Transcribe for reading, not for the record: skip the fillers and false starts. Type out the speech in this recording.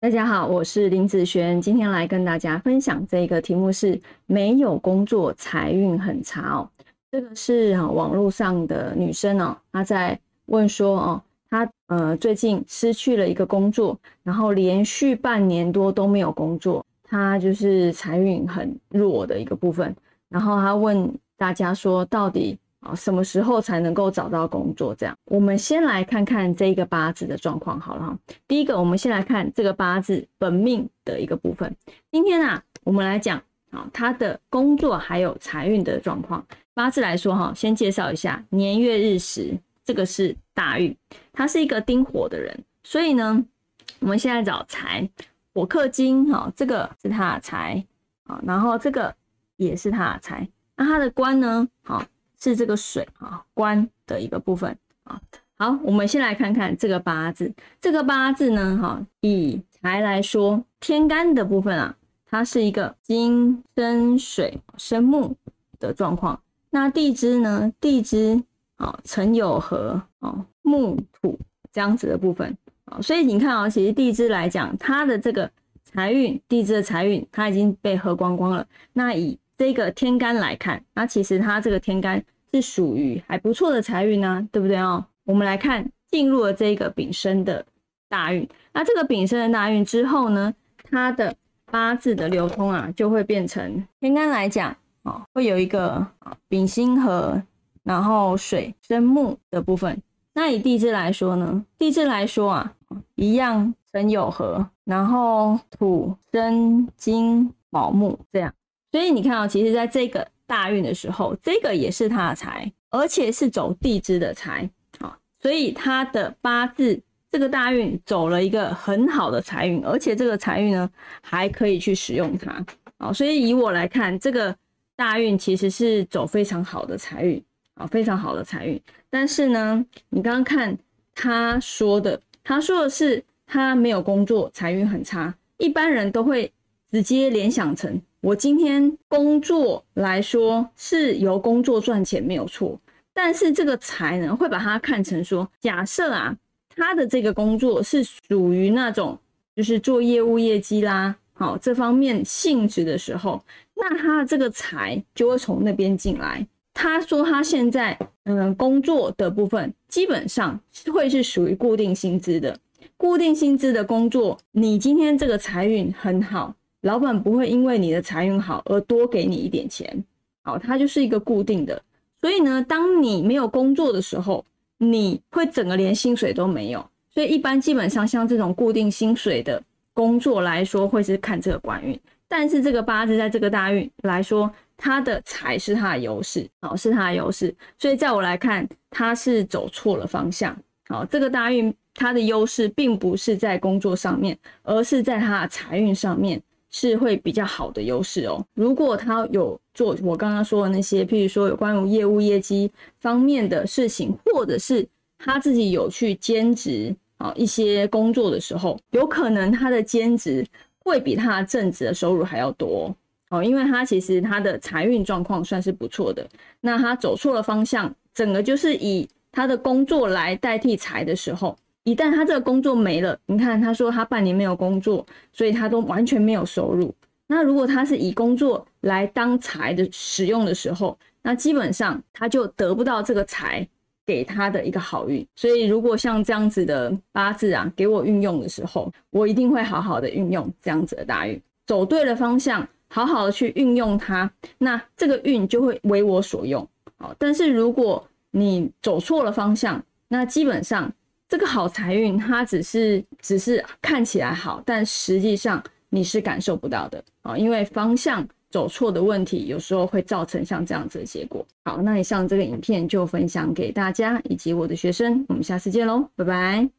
大家好，我是林子璇，今天来跟大家分享这个题目是没有工作财运很差哦。这个是网络上的女生哦，她在问说哦，她最近失去了一个工作，然后连续半年多都没有工作，她就是财运很弱的一个部分。然后她问大家说，到底什么时候才能够找到工作？这样，我们先来看看这个八字的状况好了哈。第一个，我们先来看这个八字本命的一个部分。今天我们来讲他的工作还有财运的状况。八字来说先介绍一下年月日时，这个是大运，他是一个丁火的人，所以呢，我们现在找财，火克金这个是他的财，然后这个也是他的财，那他的官呢是这个水官的一个部分。好，我们先来看看这个八字。这个八字呢以财来说，天干的部分它是一个金生水生木的状况。那地支呢，地支辰酉合木土这样子的部分。所以你看其实地支来讲，它的这个财运，地支的财运它已经被喝光光了。那以这个天干来看，那其实它这个天干是属于还不错的财运对不对我们来看进入了这个丙申的大运，那这个丙申的大运之后呢，它的八字的流通就会变成天干来讲会有一个丙辛合，然后水生木的部分。那以地支来说呢，地支来说一样辰酉合，然后土生金卯木这样。所以你看其实在这个大运的时候，这个也是他的财，而且是走地支的财，所以他的八字这个大运走了一个很好的财运，而且这个财运呢还可以去使用它。所以以我来看，这个大运其实是走非常好的财运，非常好的财运。但是呢，你刚刚看他说的是他没有工作，财运很差，一般人都会直接联想成我今天工作来说是由工作赚钱没有错，但是这个财呢会把它看成说，假设他的这个工作是属于那种就是做业务业绩啦这方面性质的时候，那他的这个财就会从那边进来。他说他现在工作的部分基本上会是属于固定薪资的，固定薪资的工作，你今天这个财运很好，老板不会因为你的财运好而多给你一点钱，它就是一个固定的。所以呢，当你没有工作的时候，你会整个连薪水都没有。所以一般基本上像这种固定薪水的工作来说，会是看这个官运。但是这个八字在这个大运来说，它的财是它的优势，是它的优势。所以在我来看，它是走错了方向。这个大运它的优势并不是在工作上面，而是在它的财运上面是会比较好的优势如果他有做我刚刚说的那些，譬如说有关于业务业绩方面的事情，或者是他自己有去兼职一些工作的时候，有可能他的兼职会比他的正职的收入还要多因为他其实他的财运状况算是不错的。那他走错了方向，整个就是以他的工作来代替财的时候，一旦他这个工作没了，你看他说他半年没有工作，所以他都完全没有收入。那如果他是以工作来当财的使用的时候，那基本上他就得不到这个财给他的一个好运。所以如果像这样子的八字给我运用的时候，我一定会好好的运用这样子的大运，走对了方向，好好的去运用它，那这个运就会为我所用。但是如果你走错了方向，那基本上这个好财运它只是看起来好，但实际上你是感受不到的因为方向走错的问题有时候会造成像这样子的结果。好，那以上这个影片就分享给大家以及我的学生，我们下次见咯，拜拜。